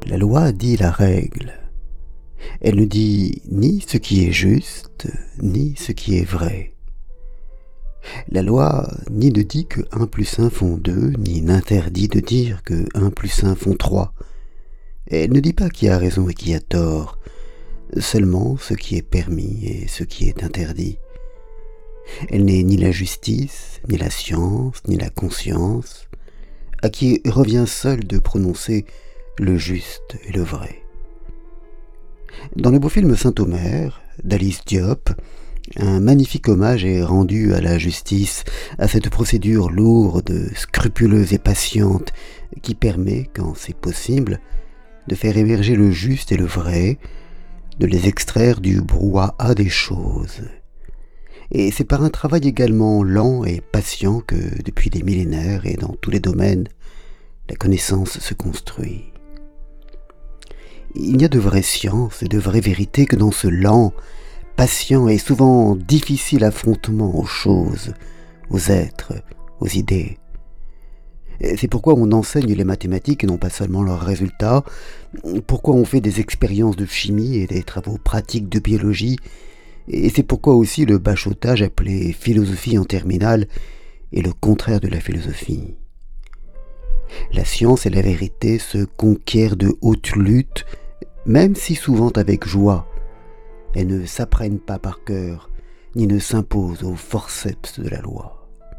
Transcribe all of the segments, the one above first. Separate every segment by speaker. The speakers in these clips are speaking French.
Speaker 1: La loi dit la règle. Elle ne dit ni ce qui est juste, ni ce qui est vrai. La loi ni ne dit que 1 plus 1 font 2, ni n'interdit de dire que 1 plus 1 font 3. Elle ne dit pas qui a raison et qui a tort, seulement ce qui est permis et ce qui est interdit. Elle n'est ni la justice, ni la science, ni la conscience, à qui revient seul de prononcer le juste et le vrai. Dans le beau film Saint-Omer, d'Alice Diop, un magnifique hommage est rendu à la justice, à cette procédure lourde, scrupuleuse et patiente, qui permet, quand c'est possible, de faire émerger le juste et le vrai, de les extraire du brouhaha des choses. Et c'est par un travail également lent et patient que, depuis des millénaires et dans tous les domaines, la connaissance se construit. Il n'y a de vraie science et de vraie vérité que dans ce lent, patient et souvent difficile affrontement aux choses, aux êtres, aux idées. C'est pourquoi on enseigne les mathématiques et non pas seulement leurs résultats, pourquoi on fait des expériences de chimie et des travaux pratiques de biologie, et c'est pourquoi aussi le bachotage appelé philosophie en terminale est le contraire de la philosophie. La science et la vérité se conquièrent de haute lutte, même si souvent avec joie. Elles ne s'apprennent pas par cœur, ni ne s'imposent au forceps de la loi.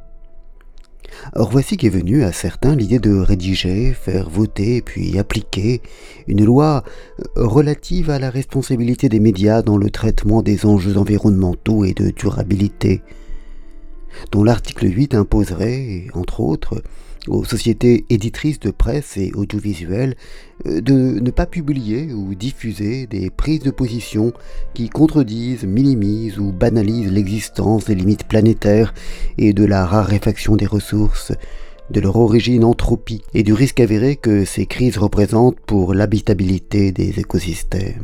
Speaker 1: Or voici qu'est venue à certains l'idée de rédiger, faire voter, puis appliquer une loi relative à la responsabilité des médias dans le traitement des enjeux environnementaux et de durabilité, dont l'article 8 imposerait, entre autres, aux sociétés éditrices de presse et audiovisuelles de ne pas publier ou diffuser des prises de position qui contredisent, minimisent ou banalisent l'existence des limites planétaires et de la raréfaction des ressources, de leur origine entropie et du risque avéré que ces crises représentent pour l'habitabilité des écosystèmes.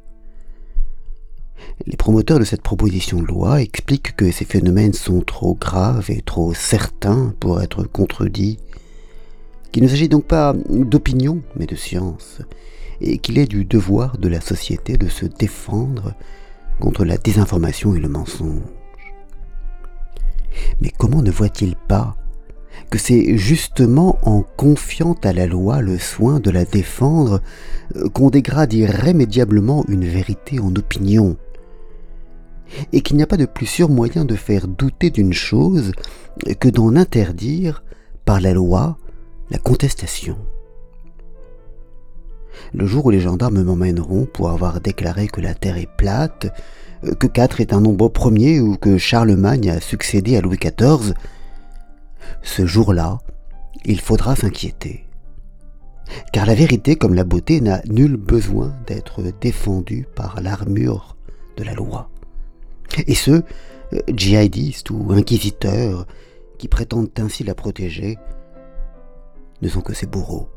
Speaker 1: Les promoteurs de cette proposition de loi expliquent que ces phénomènes sont trop graves et trop certains pour être contredits, qu'il ne s'agit donc pas d'opinion mais de science, et qu'il est du devoir de la société de se défendre contre la désinformation et le mensonge. Mais comment ne voit-il pas que c'est justement en confiant à la loi le soin de la défendre qu'on dégrade irrémédiablement une vérité en opinion, et qu'il n'y a pas de plus sûr moyen de faire douter d'une chose que d'en interdire, par la loi, la contestation. Le jour où les gendarmes m'emmèneront pour avoir déclaré que la Terre est plate, que 4 est un nombre premier ou que Charlemagne a succédé à Louis XIV, ce jour-là, il faudra s'inquiéter. Car la vérité, comme la beauté, n'a nul besoin d'être défendue par l'armure de la loi. Et ceux, djihadistes ou inquisiteurs, qui prétendent ainsi la protéger, ne sont que ses bourreaux.